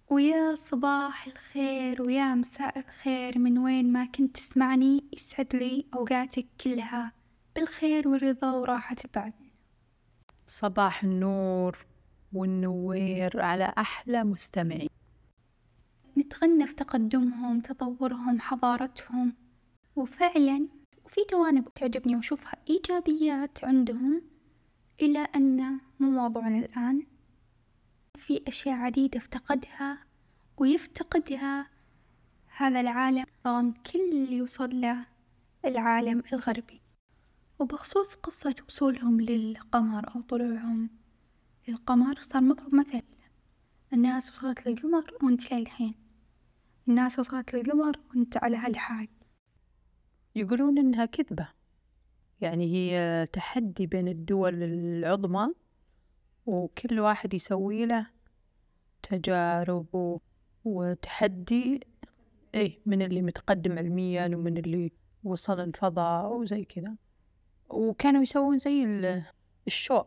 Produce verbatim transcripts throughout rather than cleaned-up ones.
ويا صباح الخير ويا مساء الخير من وين ما كنت تسمعني، يسعد لي أوقاتك كلها بالخير والرضا وراحة البال. صباح النور والنوير على أحلى مستمعين. نتغنى في تقدمهم، تطورهم، حضارتهم، وفعلا وفي جوانب تعجبني وأشوفها إيجابيات عندهم، إلى أن مو موضوعنا الآن. في أشياء عديدة افتقدها ويفتقدها هذا العالم رغم كل اللي يوصل له العالم الغربي. وبخصوص قصة وصولهم للقمر أو طلوعهم للقمر، صار مضرب مثل: الناس وصلت للقمر وانت للحين، الناس وصلت للقمر وانت على هالحال. يقولون إنها كذبة، يعني هي تحدي بين الدول العظمى وكل واحد يسوي له تجارب و- وتحدي، إيه، من اللي متقدم علميا ومن اللي وصل الفضاء وزي كذا، وكانوا يسوون زي ال- الشو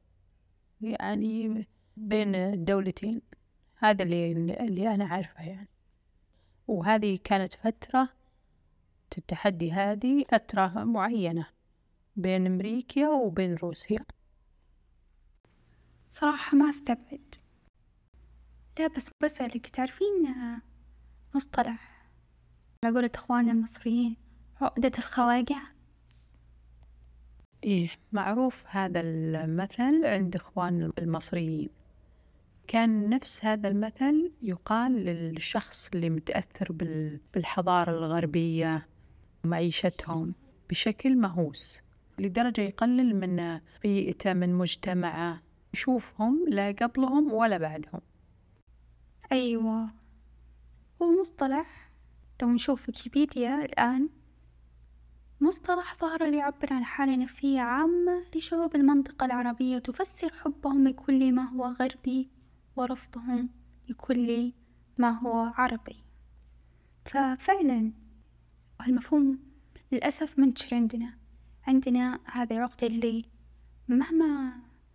يعني بين الدولتين. هذا اللي اللي أنا عارفه يعني. وهذه كانت فترة التحدي، هذه فترة معينة بين أمريكا وبين روسيا. صراحة ما استبعد. لا بس بسألك، تعرفين آه، مصطلح على قولة إخواننا المصريين عقدة الخواجة؟ إيه، معروف هذا المثل عند إخوان المصريين. كان نفس هذا المثل يقال للشخص اللي متأثر بال- بالحضارة الغربية ومعيشتهم بشكل مهووس، لدرجة يقلل من بيئته، من مجتمعه، يشوفهم لا قبلهم ولا بعدهم. أيوة، هو مصطلح لو نشوف ويكيبيديا الآن مصطلح ظهر ليعبر عن حالة نفسية عامة لشعوب المنطقة العربية، تفسر حبهم لكل ما هو غربي ورفضهم لكل ما هو عربي. ففعلا هالمفهوم للأسف منتشر عندنا عندنا هذا العقدة اللي مهما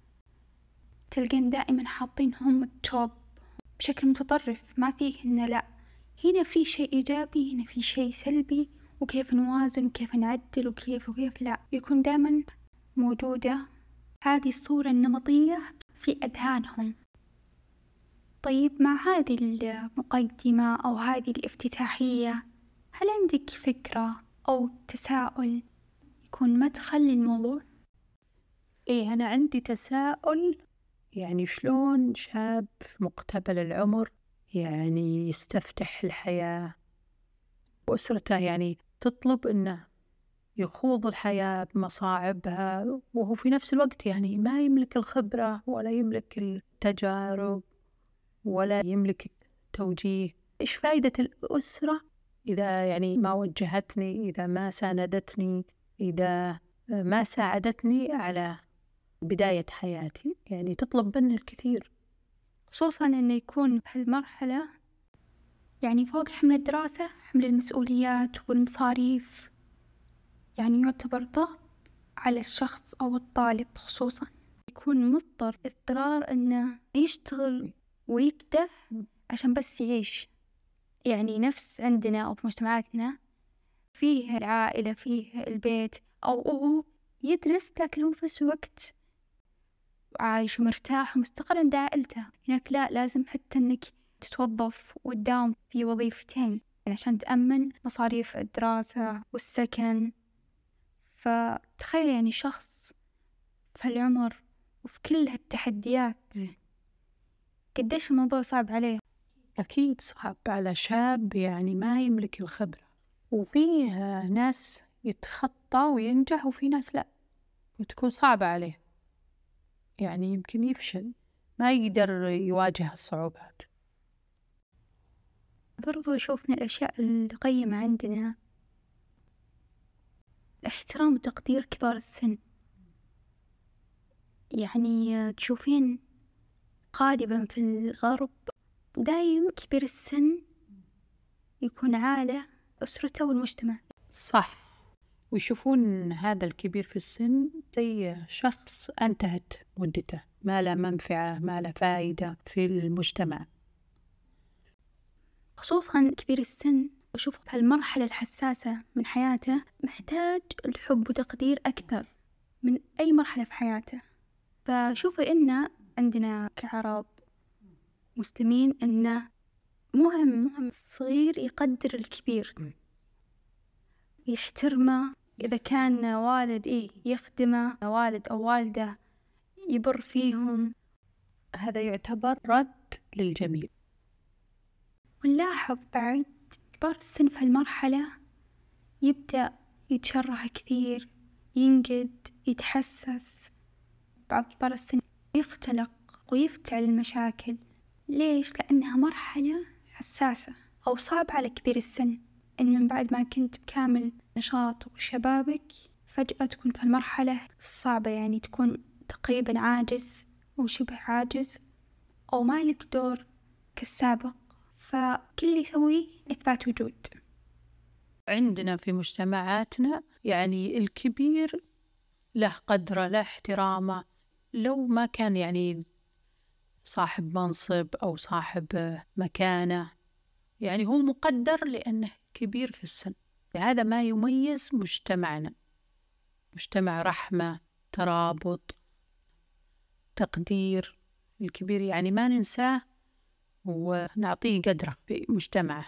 تلقين دائما حاطينهم التوب بشكل متطرف، ما فيه إنه لأ، هنا في شيء إيجابي، هنا في شيء سلبي، وكيف نوازن وكيف نعدل وكيف وكيف لا، يكون دائما موجودة هذه الصورة النمطية في أذهانهم. طيب، مع هذه المقدمة أو هذه الافتتاحية، هل عندك فكرة أو تساؤل يكون مدخل للموضوع؟ إيه، أنا عندي تساؤل، يعني شلون شاب في مقتبل العمر يعني يستفتح الحياة وأسرته، يعني تطلب إنه يخوض الحياة بمصاعبها، وهو في نفس الوقت يعني ما يملك الخبرة ولا يملك التجارب ولا يملك التوجيه. إيش فائدة الأسرة إذا يعني ما وجهتني، إذا ما ساندتني، إذا ما ساعدتني على بداية حياتي؟ يعني تطلب مني الكثير. خصوصا أنه يكون بهالمرحلة يعني فوق حمل الدراسة حمل المسؤوليات والمصاريف، يعني يعتبر ضغط على الشخص أو الطالب، خصوصا يكون مضطر اضطرار إنه يشتغل ويكدح عشان بس يعيش. يعني نفس عندنا أو في مجتمعاتنا فيه العائلة، فيه البيت، أو هو يدرس لكن هو في نفس الوقت عايش ومرتاح ومستقر عند عائلته. هناك لا، لازم حتى إنك تتوظف وتداوم في وظيفتين عشان تأمن مصاريف الدراسة والسكن. فتخيل يعني شخص في هالعمر وفي كل هالتحديات قديش الموضوع صعب عليه. أكيد صعب على شاب يعني ما يملك الخبرة، وفيه ناس يتخطى وينجح وفي ناس لا، وتكون صعبة عليه، يعني يمكن يفشل، ما يقدر يواجه الصعوبات. برضو أشوف من الأشياء القيمة عندنا احترام وتقدير كبار السن. يعني تشوفين غالبا في الغرب دايم كبير السن يكون عالة أسرته والمجتمع. صح، ويشوفون هذا الكبير في السن زي شخص انتهت مدته، ما له منفعة، ما له فائدة في المجتمع. خصوصا كبير السن، أشوف بهالمرحلة الحساسة من حياته محتاج الحب وتقدير أكثر من أي مرحلة في حياته. فشوف إن عندنا كعرب مسلمين إنه مهم مهم الصغير يقدر الكبير، يحترمه. إذا كان والد إيه يخدمه، والد أو والدة يبر فيهم. هذا يعتبر رد للجميل. ونلاحظ بعد كبار السن في هالمرحلة يبدأ يتشرح كثير، ينقد، يتحسس. بعض كبار السن يختلق ويفتعل المشاكل. ليش؟ لأنها مرحلة حساسة أو صعب على كبير السن إن من بعد ما كنت بكامل نشاط وشبابك فجأة تكون في المرحلة الصعبة، يعني تكون تقريبا عاجز أو شبه عاجز أو ما لك دور كالسابق، فكل اللي يسويه إثبات وجود. عندنا في مجتمعاتنا يعني الكبير له قدره، له احترامه، لو ما كان يعني صاحب منصب أو صاحب مكانة، يعني هو مقدر لأنه كبير في السن. هذا ما يميز مجتمعنا، مجتمع رحمة، ترابط، تقدير. الكبير يعني ما ننساه ونعطيه قدره في مجتمعه.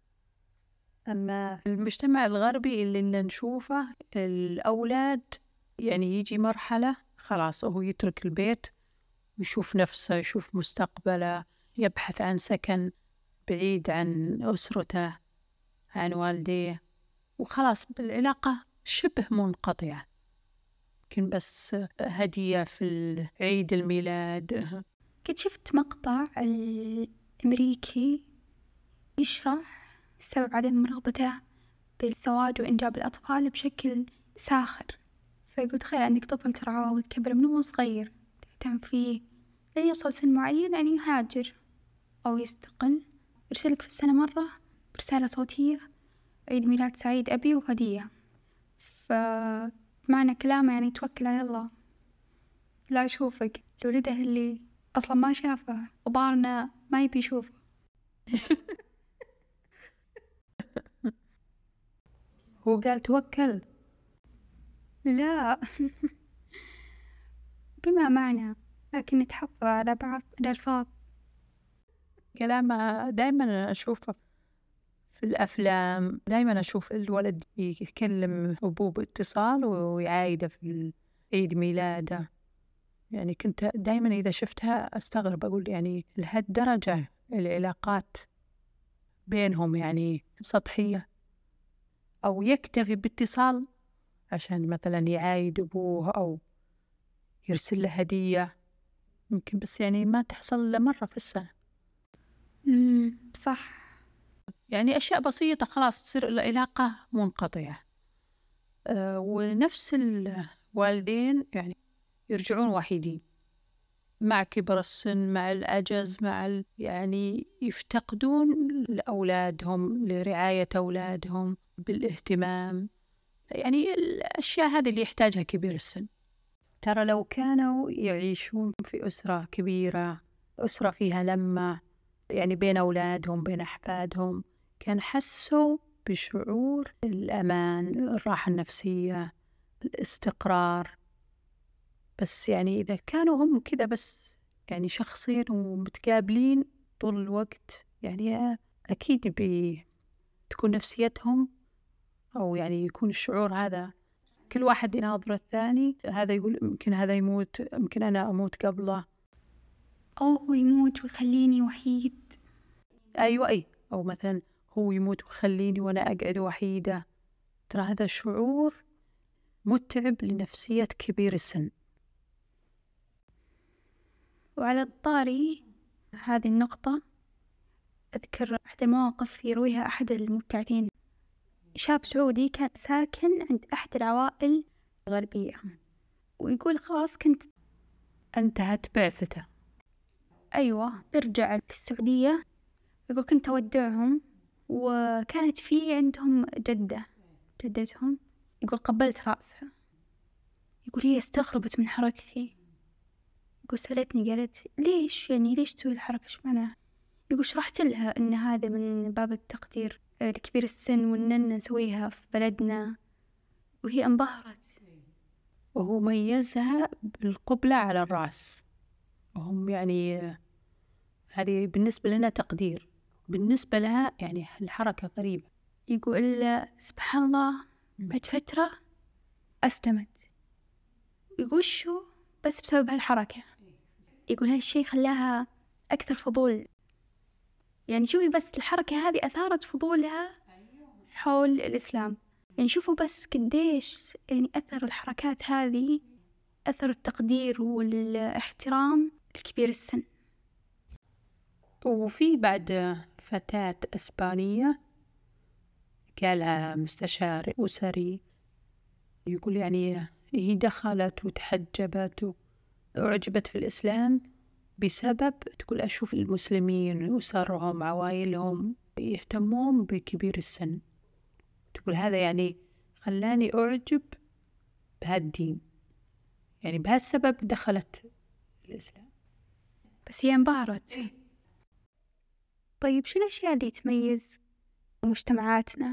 أما المجتمع الغربي اللي نشوفه، الأولاد يعني يجي مرحلة خلاص هو يترك البيت ويشوف نفسه، يشوف مستقبله، يبحث عن سكن بعيد عن أسرته، عن والديه، وخلاص العلاقة شبه منقطعة، يمكن بس هدية في عيد الميلاد. كنت شفت مقطع الأمريكي يشرح سبب عدم رغبته بالزواج وإنجاب الأطفال بشكل ساخر. فيقول تخيل عندك طفل ترعاه وتكبره من هو صغير، تهتم فيه لين يوصل سن معين، يعني يهاجر أو يستقل، يرسلك في السنة مرة برسالة صوتية عيد ميلاد سعيد أبي وهدية. فمعنى كلامه يعني توكل على الله، لا أشوفك لولده اللي أصلا ما شافه وضارنا ما يبي يشوفه. هو قال توكل؟ لا بما معنى، لكن نتحفظ على بعض الألفاظ. كلامه دائما أشوفه في الأفلام، دائما أشوف الولد يكلم أبوه باتصال ويعايده في عيد ميلاده. يعني كنت دائما إذا شفتها أستغرب، أقول يعني لهالدرجة العلاقات بينهم يعني سطحية، أو يكتفي باتصال عشان مثلا يعايد أبوه أو يرسل له هدية، يمكن بس يعني ما تحصل إلا مرة في السنة. امم صح. يعني أشياء بسيطة خلاص تصير العلاقة منقطعة. أه ونفس الوالدين يعني يرجعون وحيدين مع كبر السن، مع العجز، مع ال... يعني يفتقدون لأولادهم، لرعاية أولادهم بالاهتمام. يعني الأشياء هذه اللي يحتاجها كبير السن. ترى لو كانوا يعيشون في أسرة كبيرة، أسرة فيها لمة يعني بين أولادهم بين أحفادهم، كان حسوا بشعور الأمان، الراحة النفسية، الاستقرار. بس يعني إذا كانوا هم كذا بس يعني شخصين ومتقابلين طول الوقت، يعني أكيد بتكون نفسيتهم أو يعني يكون الشعور هذا، كل واحد يناظر الثاني، هذا يقول يمكن هذا يموت، يمكن أنا أموت قبله، أو هو يموت ويخليني وحيد. أيوة أي، أو مثلا هو يموت وخليني وأنا أقعد وحيدة. ترى هذا شعور متعب لنفسية كبير السن. وعلى الطاري هذه النقطة، أذكر أحد المواقف يرويها أحد المبتعثين، شاب سعودي كان ساكن عند أحد العوائل الغربية، ويقول خلاص كنت انتهت بعثته. أيوة برجع للسعودية. يقول كنت أودعهم، وكانت في عندهم جدة جدتهم، يقول قبلت رأسها. يقول هي استغربت من حركتي، يقول سألتني قالت ليش يعني ليش تسوي الحركة، إيش معناها؟ يقول شرحت لها إن هذا من باب التقدير لكبير السن وإننا نسويها في بلدنا، وهي انبهرت. وهو ميزها بالقبلة على الرأس، وهم يعني هذه بالنسبة لنا تقدير، بالنسبة لها يعني الحركة غريبة. يقول سبحان الله بعد فترة أسلمت. يقول شو بس بسبب هالحركة. يقول هالشي خلاها أكثر فضول. يعني شوفي بس الحركة هذه أثارت فضولها حول الإسلام. يعني شوفوا بس قديش يعني أثر الحركات هذه، أثر التقدير والاحترام الكبير السن. وفي بعد فتاة إسبانية قالها مستشار أسري، يقول يعني هي دخلت وتحجبت وأعجبت في الإسلام بسبب، تقول أشوف المسلمين أسرهم عوائلهم يهتمون بكبير السن، تقول هذا يعني خلاني أعجب بهالدين، يعني بهالسبب دخلت الإسلام. بس هي انبهرت. طيب شو الأشياء اللي تميز مجتمعاتنا؟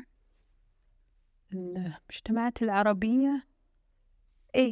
المجتمعات العربية إيه؟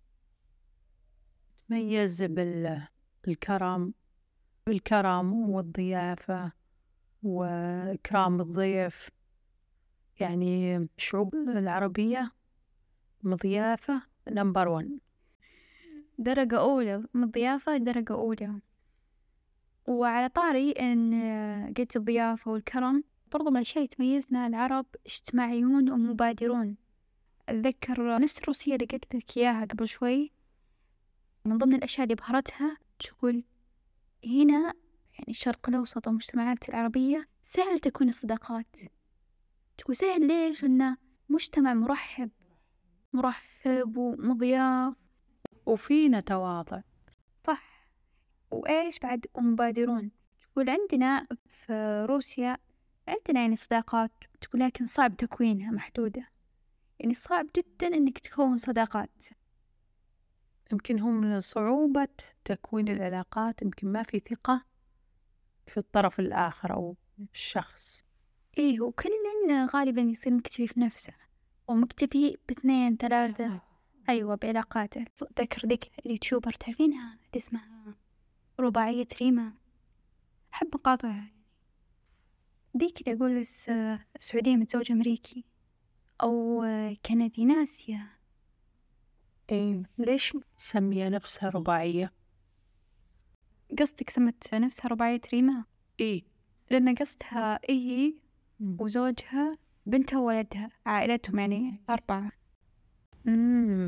تميز بالكرم بالكرم والضيافة وإكرام الضيف. يعني الشعوب العربية مضيافة نمبر ون، درجة أولى من الضيافة، درجة أولى. وعلى طاري إن قلت الضيافة والكرم، برضو من الأشياء اللي تميزنا العرب اجتماعيون ومبادرون. أتذكر نفس الروسية اللي قلت لك إياها قبل شوي، من ضمن الأشياء اللي بهرتها تقول هنا يعني الشرق الأوسط والمجتمعات العربية سهل تكون الصداقات. تقول سهل ليش؟ إنه مجتمع مرحب مرحب ومضياف وفينا تواضع. صح. وإيش بعد ومبادرون. تقول عندنا في روسيا عندنا يعني صداقات، تقول لكن صعب تكوينها، محدودة. يعني صعب جدا إنك تكون صداقات. يمكن هم صعوبة تكوين العلاقات، يمكن ما في ثقة في الطرف الآخر أو الشخص. إيه، وكل غالبا يصير مكتفي في نفسه ومكتفي باثنين ثلاثة. أيوة بعلاقاته. ذكر ذيك اليوتيوبر تعرفينها اللي اسمها رباعية ريما، أحب مقاطعها. ذيك اللي أقول الس- السعودية متزوجة أمريكي أو كندي، ناسية. إيه ليش سميها نفسها رباعية؟ قصدك سمت نفسها رباعية ريما؟ إيه لأن قصدها هي وزوجها بنتها وولدها، عائلتهم يعني أربعة. مم.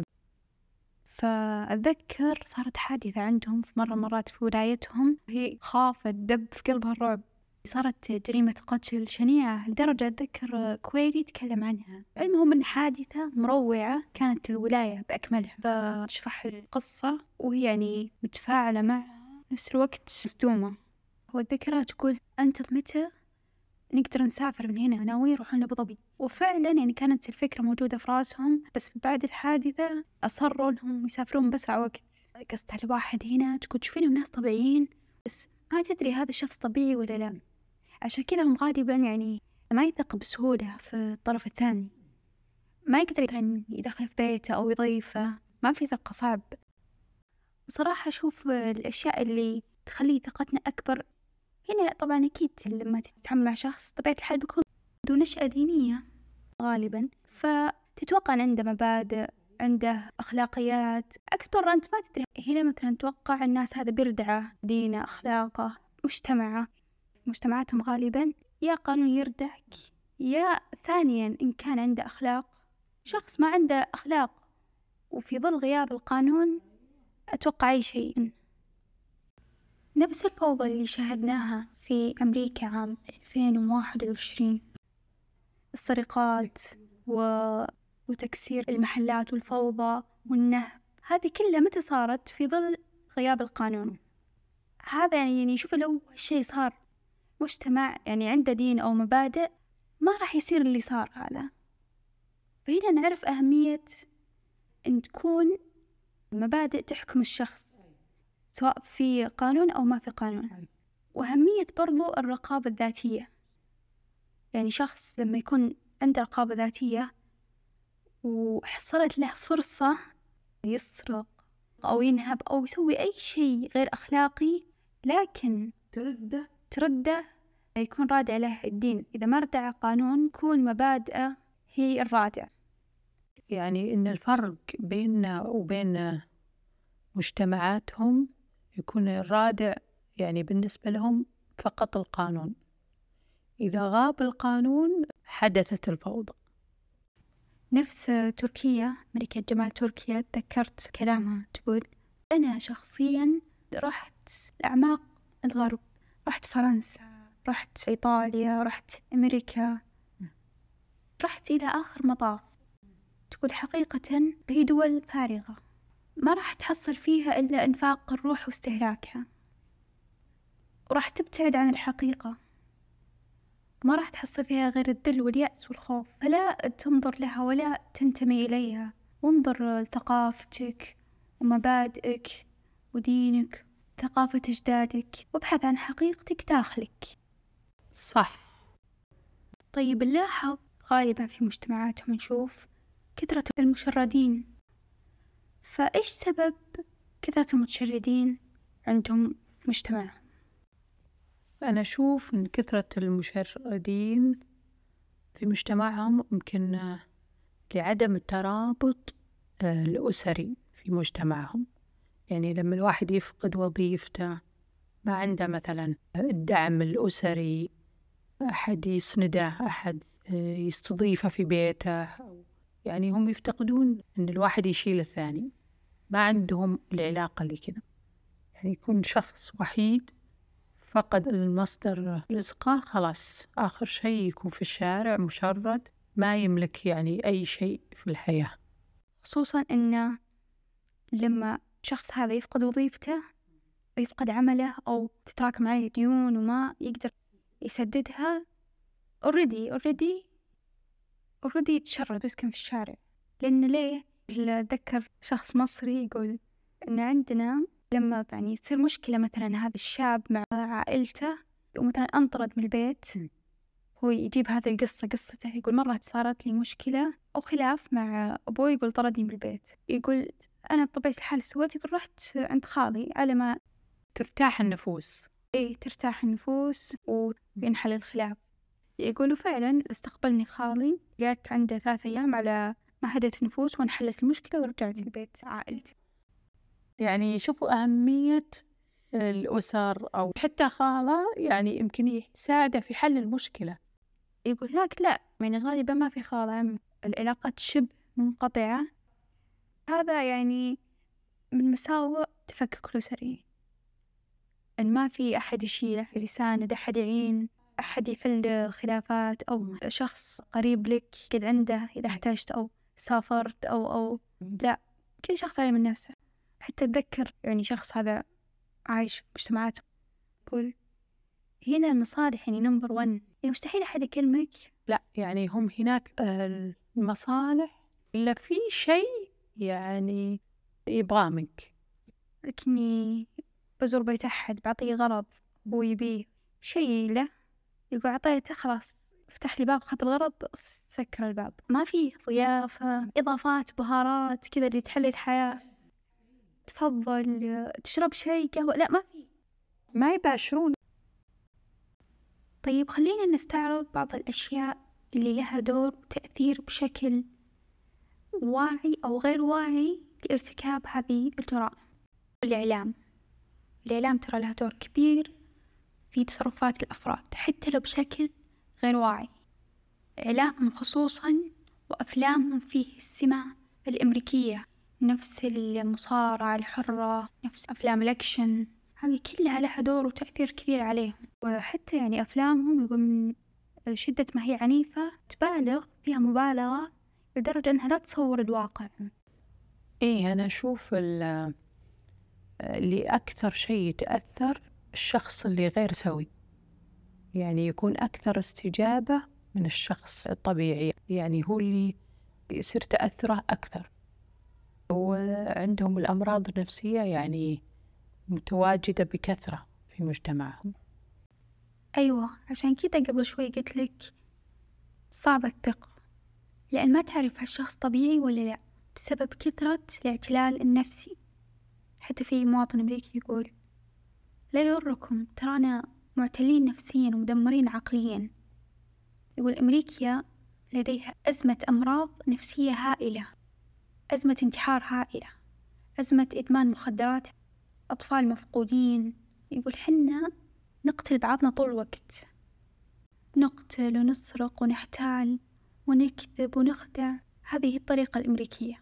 فأتذكر صارت حادثة عندهم في مرة مرات في ولايتهم، وهي خافت دب في قلبها الرعب. صارت جريمة قتل شنيعة لدرجة أتذكر كويري يتكلم عنها. المهم أن حادثة مروعة كانت الولاية بأكملها، فتشرح القصة وهي يعني متفاعلة معها نفس الوقت مصدومة. وأتذكرها تقول أنت متى نقدر نسافر من هنا، ناويين يروحون أبو ظبي. وفعلا يعني كانت الفكرة موجودة في راسهم، بس بعد الحادثة أصروا إنهم يسافرون بأسرع وقت. قصدها الواحد هنا تقول تشوفينهم ناس طبيعيين بس ما تدري هذا الشخص طبيعي ولا لا. عشان كذا هم غالبا يعني ما يثق بسهولة في الطرف الثاني، ما يقدر أن يدخل في بيته أو يضيفه، ما في ثقة، صعب. وصراحة أشوف الأشياء اللي تخلي ثقتنا أكبر هنا طبعا أكيد لما تتعامل مع شخص طبيعة الحال بيكون ذو نشأة دينية غالبا، فتتوقع أن عنده مبادئ، عنده أخلاقيات. عكس برا أنت ما تدري. هنا مثلا توقع الناس هذا بيردعه دينه أخلاقه مجتمعه. مجتمعاتهم غالبا يا قانون يردعك، يا ثانيا إن كان عنده أخلاق. شخص ما عنده أخلاق وفي ظل غياب القانون أتوقع أي شيء. نفس الفوضى اللي شاهدناها في أمريكا عام ألفين وواحد وعشرين، السرقات و... وتكسير المحلات والفوضى والنهب، هذه كلها متى صارت؟ في ظل غياب القانون. هذا يعني يعني شوف لو الشيء صار مجتمع يعني عنده دين أو مبادئ ما راح يصير اللي صار هذا. فهنا نعرف أهمية أن تكون مبادئ تحكم الشخص سواء في قانون أو ما في قانون. وأهمية برضو الرقابة الذاتية. يعني شخص لما يكون عنده رقابة ذاتية وحصلت له فرصة يسرق أو ينهب أو يسوي أي شيء غير أخلاقي، لكن ترده ترده يكون رادع له الدين. إذا ما ردع القانون يكون مبادئه هي الرادع. يعني إن الفرق بيننا وبين مجتمعاتهم يكون الرادع يعني بالنسبة لهم فقط القانون، إذا غاب القانون حدثت الفوضى. نفس تركيا، ملكة جمال تركيا، تذكرت كلامها تقول أنا شخصيا رحت لأعماق الغرب، رحت فرنسا، رحت إيطاليا، رحت أمريكا، رحت إلى آخر مطاف. تقول حقيقة هي دول فارغة ما راح تحصل فيها إلا إنفاق الروح واستهلاكها، وراح تبتعد عن الحقيقة، ما راح تحصل فيها غير الذل واليأس والخوف. فلا تنظر لها ولا تنتمي إليها، وانظر لثقافتك ومبادئك ودينك، ثقافة أجدادك، وابحث عن حقيقتك داخلك. صح. طيب نلاحظ غالبا في مجتمعاتهم نشوف كثرة المشردين، فإيش سبب كثرة المتشردين عندهم في مجتمعهم؟ أنا أشوف إن كثرة المشردين في مجتمعهم يمكن لعدم الترابط الأسري في مجتمعهم. يعني لما الواحد يفقد وظيفته، ما عنده مثلا الدعم الأسري، أحد يسنده، أحد يستضيفه في بيته، يعني هم يفتقدون أن الواحد يشيل الثاني، ما عندهم العلاقة اللي كذا. يعني يكون شخص وحيد فقد المصدر رزقه، خلاص آخر شيء يكون في الشارع مشرد، ما يملك يعني أي شيء في الحياة. خصوصا أن لما شخص هذا يفقد وظيفته ويفقد عمله أو تتراكم عليه ديون وما يقدر يسددها، already already already يتشرد ويسكن في الشارع. لأن ليه؟ أتذكر شخص مصري يقول إن عندنا لما يعني تصير مشكلة مثلا هذا الشاب مع عائلته ومثلا أنطرد من البيت، هو يجيب هذه القصة قصته، يقول مرة صارت لي مشكلة أو خلاف مع أبوي، يقول طردني من البيت، يقول أنا بطبيعة الحال سويت، يقول رحت عند خالي على ما ترتاح النفوس. إيه ترتاح النفوس وينحل الخلاف. يقولوا فعلا استقبلني خالي، قعدت عنده ثلاثة أيام على ما هدت النفوس وانحلت المشكلة ورجعت البيت عائلتي. يعني شوفوا أهمية الأسر، أو حتى خالة يعني يمكن يساعده في حل المشكلة. يقول لك لا، يعني غالبا ما في خالة عم، العلاقات شبه منقطعة. هذا يعني من مساوئ تفكك الأسري، إن ما في أحد يشيله يساند، أحد يعين، أحد يحل خلافات، أو شخص قريب لك قد عنده إذا احتجت أو سافرت أو أو لا، كل شخص عليه من نفسه. حتى أتذكر يعني شخص هذا عايش في مجتمعات يقول هنا المصالح يعني نمبر ون، يعني مستحيل أحد يكلمك. لا يعني هم هناك المصالح إلا في شيء يعني يبغاه منك، لكني بزور بيت أحد بعطيه غرض هو يبيه شيء له، يقول عطيته خلاص فتح لي باب، خذ الغرض سكر الباب، ما في ضيافة، إضافات، بهارات كذا اللي تحلي الحياة. تفضل تشرب شيء قهوة، لا ما في، ما يباشرون. طيب خلينا نستعرض بعض الأشياء اللي لها دور وتأثير بشكل واعي أو غير واعي لارتكاب هذه الجرائم. الإعلام، الإعلام ترى لها دور كبير في تصرفات الأفراد حتى لو بشكل غير واعي. إعلامهم خصوصا وأفلامهم فيه السمة الأمريكية، نفس المصارعة الحرة، نفس أفلام الأكشن، هذه كلها لها دور وتأثير كبير عليهم. وحتى يعني أفلامهم يقول من شدة ما هي عنيفة تبالغ فيها مبالغة لدرجة أنها لا تصور الواقع. إيه أنا أشوف اللي أكثر شيء يتأثر الشخص اللي غير سوي، يعني يكون أكثر استجابة من الشخص الطبيعي، يعني هو اللي يصير تأثره أكثر، وعندهم الأمراض النفسية يعني متواجدة بكثرة في مجتمعهم. أيوة، عشان كذا قبل شوي قلت لك صعب الثقة، لأن ما تعرف هالشخص طبيعي ولا لا بسبب كثرة الاعتلال النفسي. حتى في مواطن أمريكي يقول لا يغركم ترانا معتلين نفسيا ومدمرين عقليا. يقول أمريكا لديها أزمة أمراض نفسية هائلة، أزمة انتحار هائلة، أزمة إدمان مخدرات، أطفال مفقودين. يقول حنا نقتل بعضنا طول الوقت، نقتل ونسرق ونحتال ونكذب ونخدع. هذه هي الطريقة الأمريكية.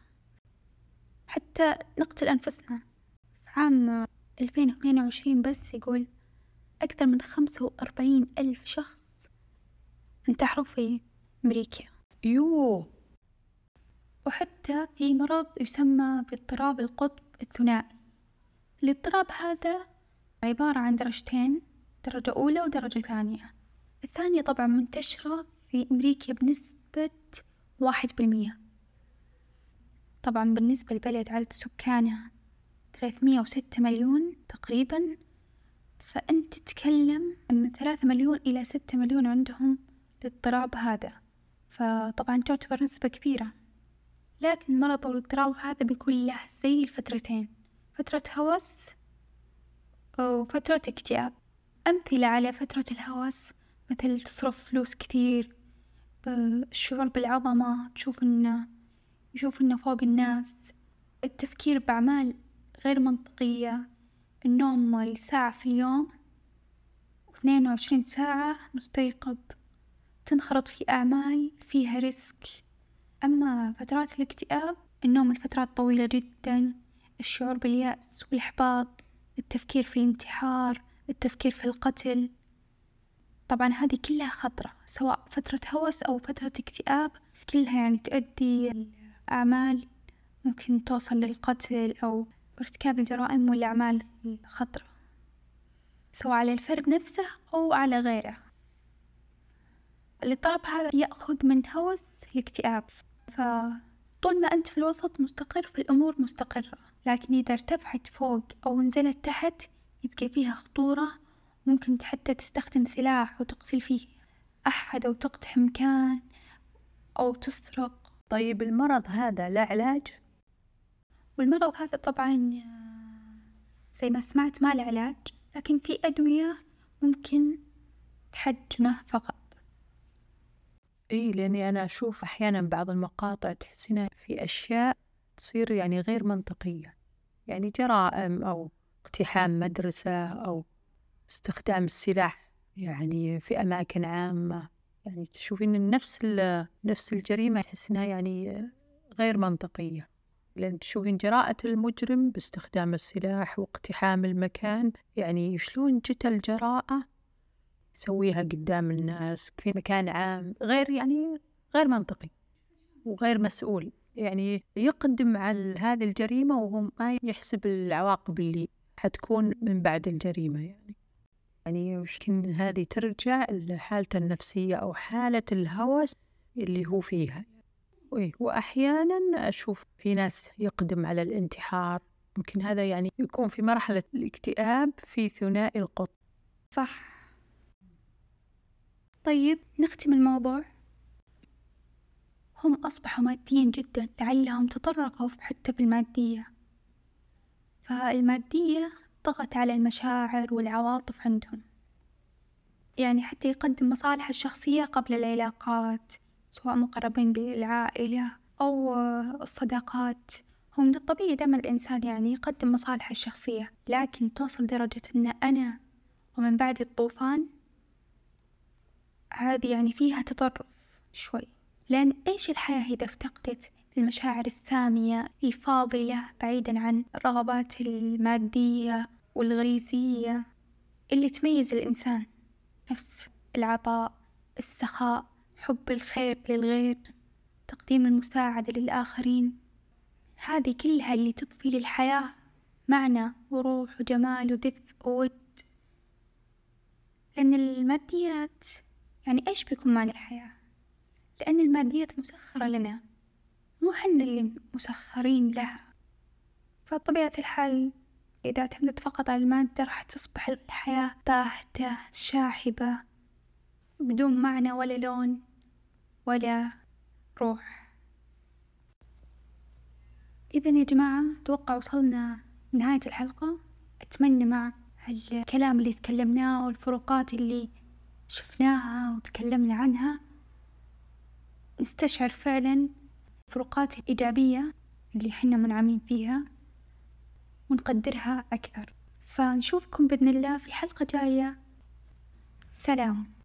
حتى نقتل أنفسنا. في عام ألفين واثنين وعشرين بس يقول أكثر من خمسة وأربعين ألف شخص انتحروا في أمريكا. يوه. وحتى في مرض يسمى باضطراب القطب الثنائي. الاضطراب هذا عبارة عن درجتين، درجة أولى ودرجة ثانية. الثانية طبعا منتشرة في أمريكا بنسبة واحد بالمية. طبعا بالنسبة لبلد عدد سكانها ثلاثمية وستة مليون تقريبا، فأنت تتكلم من ثلاثة مليون إلى ستة مليون عندهم الاضطراب هذا، فطبعا تعتبر نسبة كبيرة. لكن مرض الاضطراب هذا بيكون له زي الفترتين، فترة هوس وفترة اكتئاب. أمثلة على فترة الهوس مثل تصرف فلوس كثير، الشعور بالعظمة، تشوف إنه يشوف إنه فوق الناس، التفكير بأعمال غير منطقية، النوم الساعة في اليوم واثنين وعشرين ساعة مستيقظ، تنخرط في أعمال فيها ريسك. أما فترات الاكتئاب النوم لفترات طويلة جدا، الشعور باليأس والإحباط، التفكير في الانتحار، التفكير في القتل. طبعا هذه كلها خطرة، سواء فترة هوس أو فترة اكتئاب، كلها يعني تؤدي أعمال ممكن توصل للقتل أو ارتكاب الجرائم والأعمال الخطرة، سواء على الفرد نفسه أو على غيره. الاضطراب هذا يأخذ من هوس الاكتئاب، فطول ما أنت في الوسط مستقر في الأمور مستقرة، لكن إذا ارتفعت فوق أو نزلت تحت يبقى فيها خطورة، ممكن حتى تستخدم سلاح وتقتل فيه أحد أو تقتحم مكان أو تسرق. طيب المرض هذا لا علاج؟ والمرض هذا طبعا زي ما سمعت ما له علاج، لكن في أدوية ممكن تحجمه فقط. إيه، لأني أنا أشوف أحيانا بعض المقاطع تحسينها في أشياء تصير يعني غير منطقية، يعني جرائم أو اقتحام مدرسة أو استخدام السلاح يعني في أماكن عامة. يعني تشوفين نفس نفس الجريمة تحسينها يعني غير منطقية، لأن تشوفين جراءة المجرم باستخدام السلاح واقتحام المكان، يعني شلون جت الجراءة يسويها قدام الناس في مكان عام، غير يعني غير منطقي وغير مسؤول. يعني يقدم على هذه الجريمة وهو ما يحسب العواقب اللي حتكون من بعد الجريمة. يعني يعني يمكن هذه ترجع لحالته النفسية أو حالة الهوس اللي هو فيها. وأحيانا أشوف في ناس يقدم على الانتحار، يمكن هذا يعني يكون في مرحلة الاكتئاب في ثنائي القطب. صح. طيب نختم الموضوع. هم أصبحوا ماديين جدا، لعلهم تطرقوا حتى بالمادية، فالمادية ضغط على المشاعر والعواطف عندهم، يعني حتى يقدم مصالح الشخصية قبل العلاقات، سواء مقربين للعائلة أو الصداقات. هو من الطبيعي دائما الإنسان يعني يقدم مصالح الشخصية، لكن توصل درجة أن أنا ومن بعد الطوفان، هذه يعني فيها تطرف شوي. لأن إيش الحياة إذا افتقدت المشاعر السامية الفاضلة بعيدا عن الرغبات المادية والغريزية اللي تميز الإنسان، نفس العطاء، السخاء، حب الخير للغير، تقديم المساعدة للآخرين. هذه كلها اللي تضفي للحياة معنى وروح وجمال ودفء وود. لأن الماديات يعني إيش بيكون معنى الحياة؟ لأن الماديات مسخرة لنا، مو حنا اللي مسخرين لها. فطبيعة الحال إذا اعتمدت فقط على المادة راح تصبح الحياة باهتة شاحبة بدون معنى ولا لون ولا روح. إذا يا جماعة أتوقع وصلنا لنهاية الحلقة. أتمنى مع الكلام اللي تكلمناه والفروقات اللي شفناها وتكلمنا عنها نستشعر فعلا الفروقات الإيجابية اللي حنا منعمين فيها ونقدرها أكثر. فنشوفكم بإذن الله في حلقة جاية. سلام.